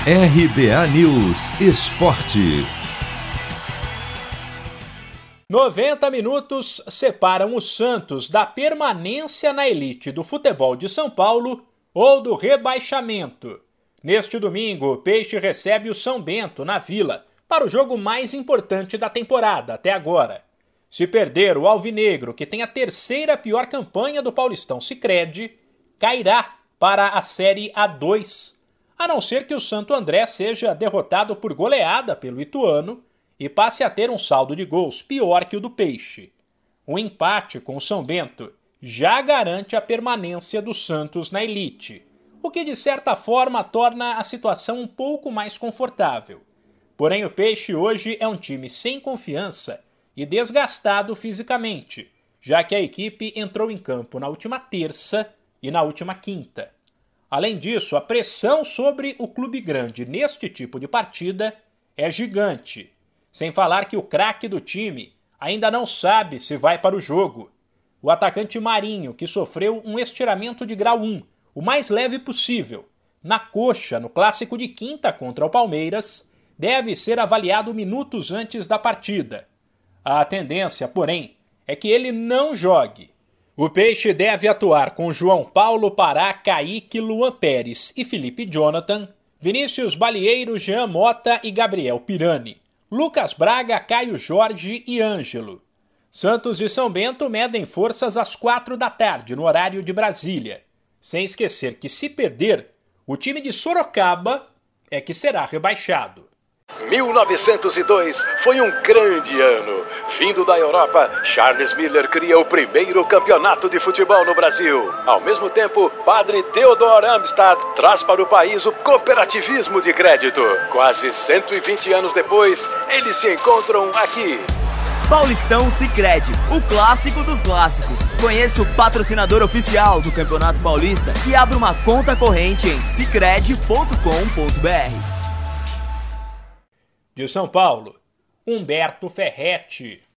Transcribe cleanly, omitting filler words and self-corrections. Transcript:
RBA News Esporte. 90 minutos separam o Santos da permanência na elite do futebol de São Paulo ou do rebaixamento. Neste domingo, o Peixe recebe o São Bento na Vila para o jogo mais importante da temporada até agora. Se perder, o Alvinegro, que tem a terceira pior campanha do Paulistão Sicredi, cairá para a Série A2, a não ser que o Santo André seja derrotado por goleada pelo Ituano e passe a ter um saldo de gols pior que o do Peixe. O empate com o São Bento já garante a permanência do Santos na elite, o que de certa forma torna a situação um pouco mais confortável. Porém, o Peixe hoje é um time sem confiança e desgastado fisicamente, já que a equipe entrou em campo na última terça e na última quinta. Além disso, a pressão sobre o clube grande neste tipo de partida é gigante, sem falar que o craque do time ainda não sabe se vai para o jogo. O atacante Marinho, que sofreu um estiramento de grau 1, o mais leve possível, na coxa no clássico de quinta contra o Palmeiras, deve ser avaliado minutos antes da partida. A tendência, porém, é que ele não jogue. O Peixe deve atuar com João Paulo Pará, Kaique, Luan Pérez e Felipe Jonathan, Vinícius Balieiro, Jean Mota e Gabriel Pirani, Lucas Braga, Caio Jorge e Ângelo. Santos e São Bento medem forças às 4 da tarde, no horário de Brasília. Sem esquecer que, se perder, o time de Sorocaba é que será rebaixado. 1902 foi um grande ano. Vindo da Europa, Charles Miller cria o primeiro campeonato de futebol no Brasil. Ao mesmo tempo, Padre Theodor Amstad traz para o país o cooperativismo de crédito. Quase 120 anos depois, eles se encontram aqui. Paulistão Sicredi, o clássico dos clássicos. Conheça o patrocinador oficial do Campeonato Paulista e abra uma conta corrente em sicredi.com.br. De São Paulo, Humberto Ferretti.